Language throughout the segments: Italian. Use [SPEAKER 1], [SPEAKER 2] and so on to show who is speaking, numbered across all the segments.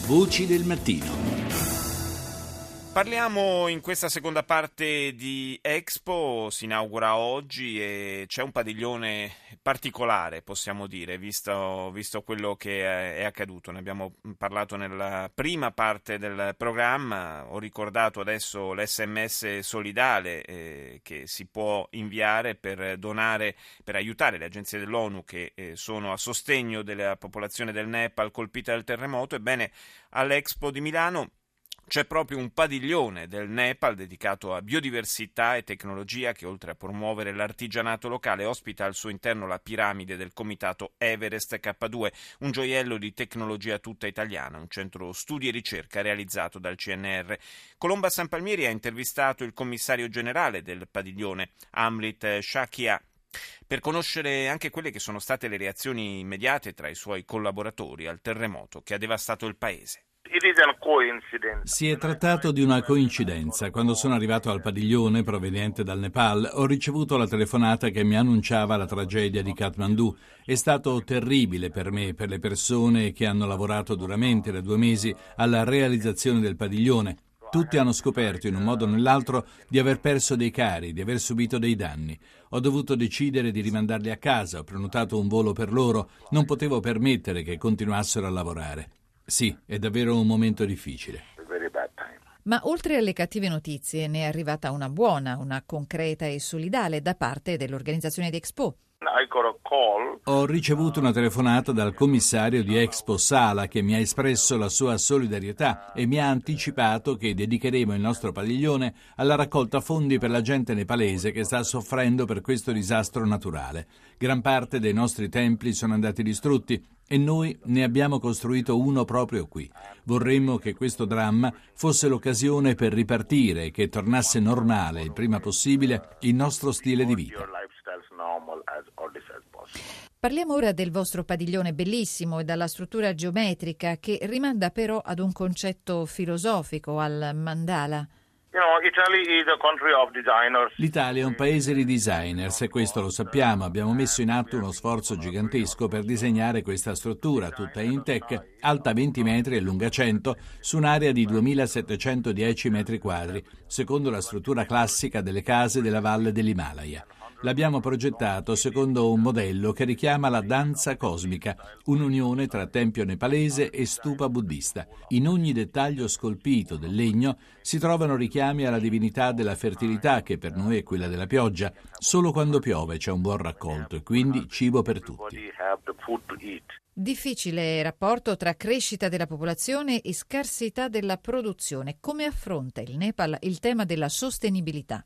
[SPEAKER 1] Voci del mattino.
[SPEAKER 2] Parliamo in questa seconda parte di Expo, si inaugura oggi e c'è un padiglione particolare, possiamo dire, visto quello che è accaduto. Ne abbiamo parlato nella prima parte del programma, ho ricordato adesso l'SMS solidale che si può inviare per donare, per aiutare le agenzie dell'ONU che sono a sostegno della popolazione del Nepal colpita dal terremoto. Ebbene, all'Expo di Milano c'è proprio un padiglione del Nepal dedicato a biodiversità e tecnologia che, oltre a promuovere l'artigianato locale, ospita al suo interno la piramide del comitato Everest K2, un gioiello di tecnologia tutta italiana, un centro studi e ricerca realizzato dal CNR. Colomba Sanpalmieri ha intervistato il commissario generale del padiglione, Amrit Shakia, per conoscere anche quelle che sono state le reazioni immediate tra i suoi collaboratori al terremoto che ha devastato il paese.
[SPEAKER 3] Si è trattato di una coincidenza. Quando sono arrivato al padiglione proveniente dal Nepal ho ricevuto la telefonata che mi annunciava la tragedia di Kathmandu. È stato terribile per me e per le persone che hanno lavorato duramente da 2 mesi alla realizzazione del padiglione. Tutti hanno scoperto in un modo o nell'altro di aver perso dei cari, di aver subito dei danni. Ho dovuto decidere di rimandarli a casa, ho prenotato un volo per loro, non potevo permettere che continuassero a lavorare. Sì, è davvero un momento difficile.
[SPEAKER 4] Ma oltre alle cattive notizie ne è arrivata una buona, una concreta e solidale da parte dell'organizzazione di Expo.
[SPEAKER 3] Ho ricevuto una telefonata dal commissario di Expo Sala che mi ha espresso la sua solidarietà e mi ha anticipato che dedicheremo il nostro padiglione alla raccolta fondi per la gente nepalese che sta soffrendo per questo disastro naturale. Gran parte dei nostri templi sono andati distrutti e noi ne abbiamo costruito uno proprio qui. Vorremmo che questo dramma fosse l'occasione per ripartire e che tornasse normale il prima possibile il nostro stile di vita.
[SPEAKER 4] Parliamo ora del vostro padiglione bellissimo e dalla struttura geometrica che rimanda però ad un concetto filosofico, al mandala.
[SPEAKER 3] L'Italia è un paese di designers e questo lo sappiamo. Abbiamo messo in atto uno sforzo gigantesco per disegnare questa struttura, tutta in tech, alta 20 metri e lunga 100, su un'area di 2710 metri quadri, secondo la struttura classica delle case della valle dell'Himalaya. L'abbiamo progettato secondo un modello che richiama la danza cosmica, un'unione tra tempio nepalese e stupa buddista. In ogni dettaglio scolpito del legno si trovano richiami alla divinità della fertilità, che per noi è quella della pioggia. Solo quando piove c'è un buon raccolto e quindi cibo per tutti.
[SPEAKER 4] Difficile rapporto tra crescita della popolazione e scarsità della produzione. Come affronta il Nepal il tema della sostenibilità?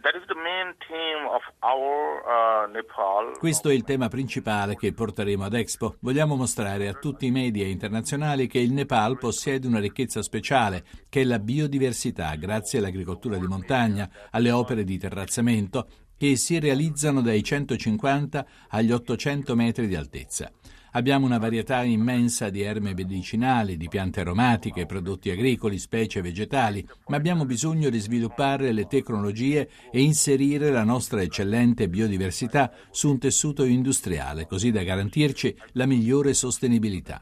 [SPEAKER 3] Questo è il tema principale che porteremo ad Expo. Vogliamo mostrare a tutti i media internazionali che il Nepal possiede una ricchezza speciale, che è la biodiversità, grazie all'agricoltura di montagna, alle opere di terrazzamento, che si realizzano dai 150 agli 800 metri di altezza. Abbiamo una varietà immensa di erbe medicinali, di piante aromatiche, prodotti agricoli, specie vegetali, ma abbiamo bisogno di sviluppare le tecnologie e inserire la nostra eccellente biodiversità su un tessuto industriale, così da garantirci la migliore sostenibilità.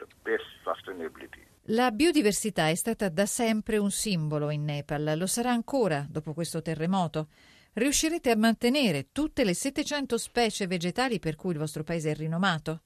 [SPEAKER 4] La biodiversità è stata da sempre un simbolo in Nepal, lo sarà ancora dopo questo terremoto. Riuscirete a mantenere tutte le 700 specie vegetali per cui il vostro paese è rinomato?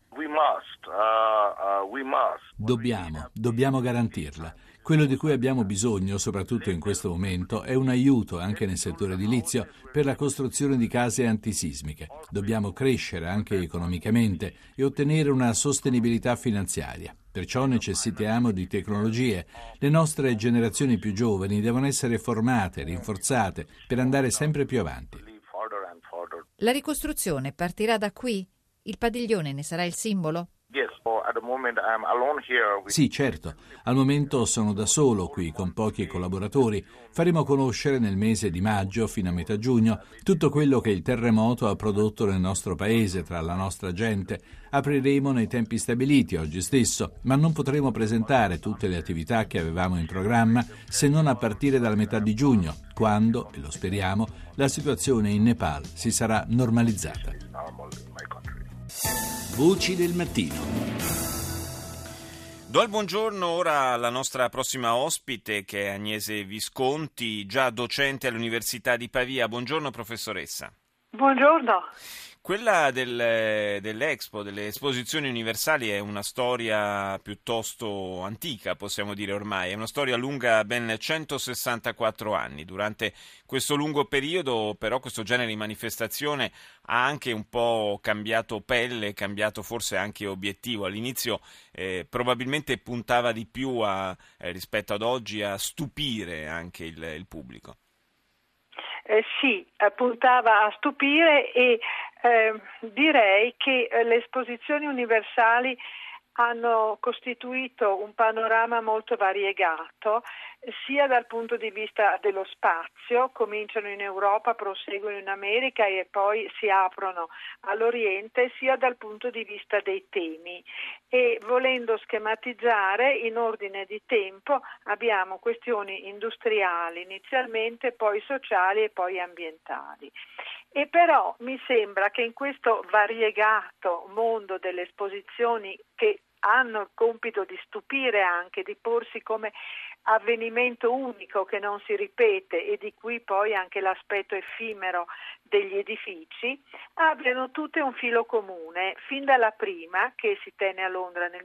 [SPEAKER 3] Dobbiamo garantirla. Quello di cui abbiamo bisogno, soprattutto in questo momento, è un aiuto anche nel settore edilizio per la costruzione di case antisismiche. Dobbiamo crescere anche economicamente e ottenere una sostenibilità finanziaria. Perciò necessitiamo di tecnologie. Le nostre generazioni più giovani devono essere formate, rinforzate, per andare sempre più avanti.
[SPEAKER 4] La ricostruzione partirà da qui? Il padiglione ne sarà il simbolo?
[SPEAKER 3] Sì, certo. Al momento sono da solo qui, con pochi collaboratori. Faremo conoscere nel mese di maggio, fino a metà giugno, tutto quello che il terremoto ha prodotto nel nostro paese, tra la nostra gente. Apriremo nei tempi stabiliti, oggi stesso, ma non potremo presentare tutte le attività che avevamo in programma se non a partire dalla metà di giugno, quando, e lo speriamo, la situazione in Nepal si sarà normalizzata.
[SPEAKER 1] Voci del mattino.
[SPEAKER 2] Do il buongiorno ora alla nostra prossima ospite, che è Agnese Visconti, già docente all'Università di Pavia. Buongiorno professoressa.
[SPEAKER 1] Buongiorno.
[SPEAKER 2] Quella dell'Expo, delle esposizioni universali, è una storia piuttosto antica, possiamo dire ormai. È una storia lunga ben 164 anni. Durante questo lungo periodo, però, questo genere di manifestazione ha anche un po' cambiato pelle, cambiato forse anche obiettivo. All'inizio probabilmente puntava di più rispetto ad oggi a stupire anche il pubblico.
[SPEAKER 1] Sì, puntava a stupire e direi che le esposizioni universali hanno costituito un panorama molto variegato, sia dal punto di vista dello spazio, cominciano in Europa, proseguono in America e poi si aprono all'Oriente, sia dal punto di vista dei temi. E volendo schematizzare in ordine di tempo abbiamo questioni industriali inizialmente, poi sociali e poi ambientali. E però mi sembra che in questo variegato mondo delle esposizioni, che hanno il compito di stupire anche, di porsi come avvenimento unico che non si ripete e di cui poi anche l'aspetto effimero degli edifici, abbiano tutte un filo comune. Fin dalla prima, che si tenne a Londra nel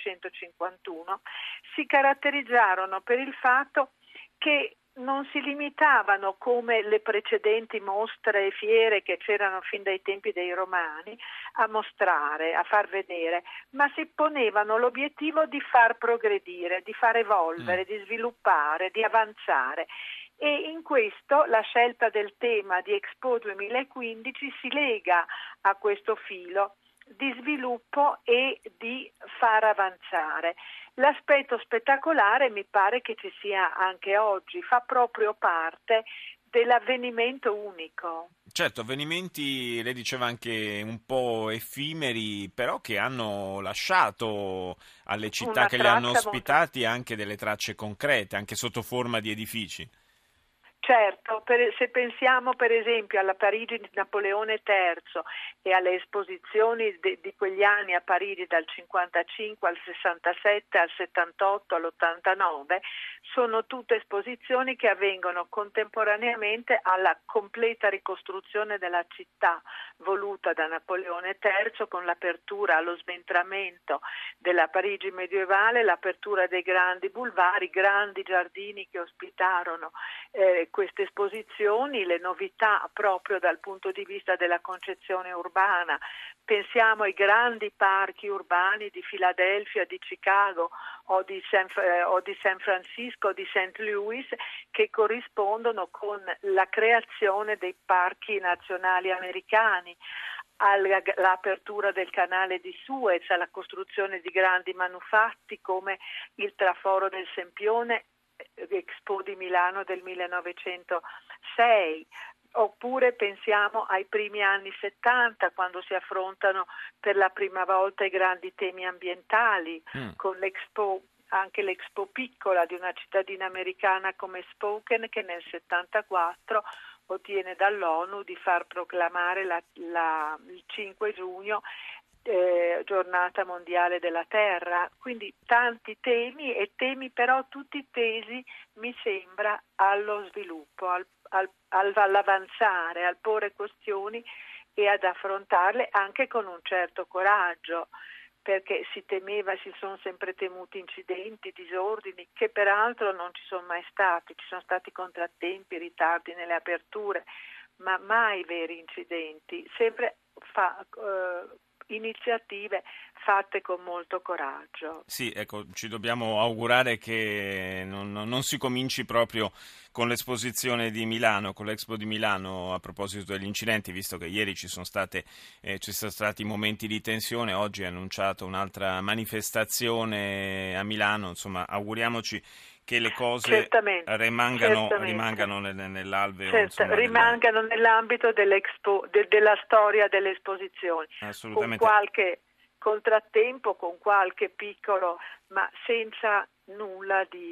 [SPEAKER 1] 1851, si caratterizzarono per il fatto che non si limitavano, come le precedenti mostre e fiere che c'erano fin dai tempi dei Romani, a mostrare, a far vedere, ma si ponevano l'obiettivo di far progredire, di far evolvere, di sviluppare, di avanzare. E in questo la scelta del tema di Expo 2015 si lega a questo filo di sviluppo e di far avanzare. L'aspetto spettacolare mi pare che ci sia anche oggi, fa proprio parte dell'avvenimento unico.
[SPEAKER 2] Certo, avvenimenti, lei diceva anche un po' effimeri, però che hanno lasciato alle città che li hanno ospitati anche delle tracce concrete, anche sotto forma di edifici.
[SPEAKER 1] Certo, se pensiamo per esempio alla Parigi di Napoleone III e alle esposizioni di quegli anni a Parigi dal 55 al 67, al 78, all'89, sono tutte esposizioni che avvengono contemporaneamente alla completa ricostruzione della città voluta da Napoleone III, con l'apertura allo sventramento della Parigi medievale, l'apertura dei grandi boulevard, i grandi giardini che ospitarono queste esposizioni, le novità proprio dal punto di vista della concezione urbana. Pensiamo ai grandi parchi urbani di Filadelfia, di Chicago o di San Francisco, di St. Louis, che corrispondono con la creazione dei parchi nazionali americani, all'apertura del canale di Suez, alla costruzione di grandi manufatti come il traforo del Sempione, Expo di Milano del 1906, oppure pensiamo ai primi anni 70, quando si affrontano per la prima volta i grandi temi ambientali, con l'Expo, anche l'Expo piccola di una cittadina americana come Spokane, che nel 74 ottiene dall'ONU di far proclamare il 5 giugno giornata mondiale della terra. Quindi tanti temi, e temi però tutti tesi, mi sembra, allo sviluppo, all'avanzare, al porre questioni e ad affrontarle anche con un certo coraggio, perché si sono sempre temuti incidenti, disordini, che peraltro non ci sono mai stati. Ci sono stati contrattempi, ritardi nelle aperture, ma mai veri incidenti, sempre iniziative fatte con molto coraggio.
[SPEAKER 2] Sì, ecco, ci dobbiamo augurare che non si cominci proprio con l'esposizione di Milano, con l'Expo di Milano, a proposito degli incidenti, visto che ieri ci sono stati momenti di tensione. Oggi è annunciata un'altra manifestazione a Milano. Insomma, auguriamoci che le cose rimangano nell'alveo.
[SPEAKER 1] Insomma, rimangano nell'ambito dell'Expo, della storia delle esposizioni.
[SPEAKER 2] Assolutamente.
[SPEAKER 1] Con qualche contrattempo, con qualche piccolo, ma senza nulla di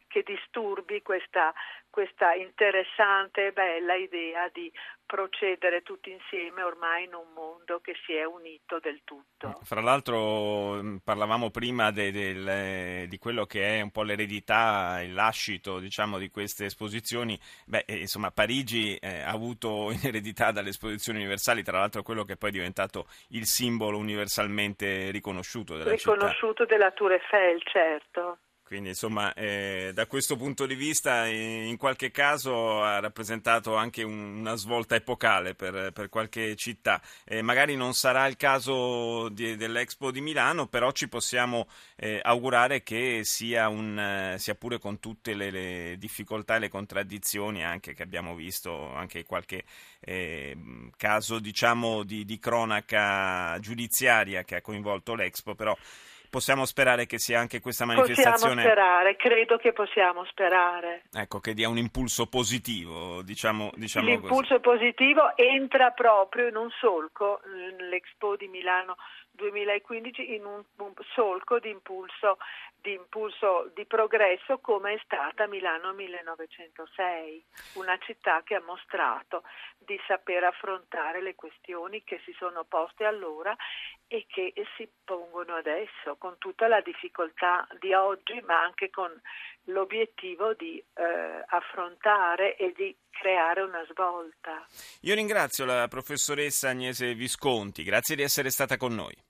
[SPEAKER 1] che disturbi questa interessante e bella idea di procedere tutti insieme ormai in un mondo che si è unito del tutto.
[SPEAKER 2] Fra l'altro parlavamo prima di quello che è un po' l'eredità, il lascito, diciamo, di queste esposizioni. Insomma, Parigi ha avuto in eredità dalle esposizioni universali, tra l'altro quello che poi è diventato il simbolo universalmente riconosciuto della città.
[SPEAKER 1] Riconosciuto della Tour Eiffel, certo.
[SPEAKER 2] Quindi insomma da questo punto di vista in qualche caso ha rappresentato anche una svolta epocale per qualche città. Magari non sarà il caso dell'Expo di Milano, però ci possiamo augurare che sia pure con tutte le difficoltà e le contraddizioni anche che abbiamo visto, anche qualche caso diciamo di cronaca giudiziaria che ha coinvolto l'Expo, però possiamo sperare che sia anche questa manifestazione.
[SPEAKER 1] Possiamo sperare, credo che possiamo sperare.
[SPEAKER 2] Ecco, che dia un impulso positivo, diciamo
[SPEAKER 1] L'impulso positivo entra proprio in un solco, l'Expo di Milano 2015, in un solco di impulso di progresso come è stata Milano 1906, una città che ha mostrato di saper affrontare le questioni che si sono poste allora e che si pongono adesso, con tutta la difficoltà di oggi, ma anche con l'obiettivo di affrontare e di creare una svolta.
[SPEAKER 2] Io ringrazio la professoressa Agnese Visconti, grazie di essere stata con noi.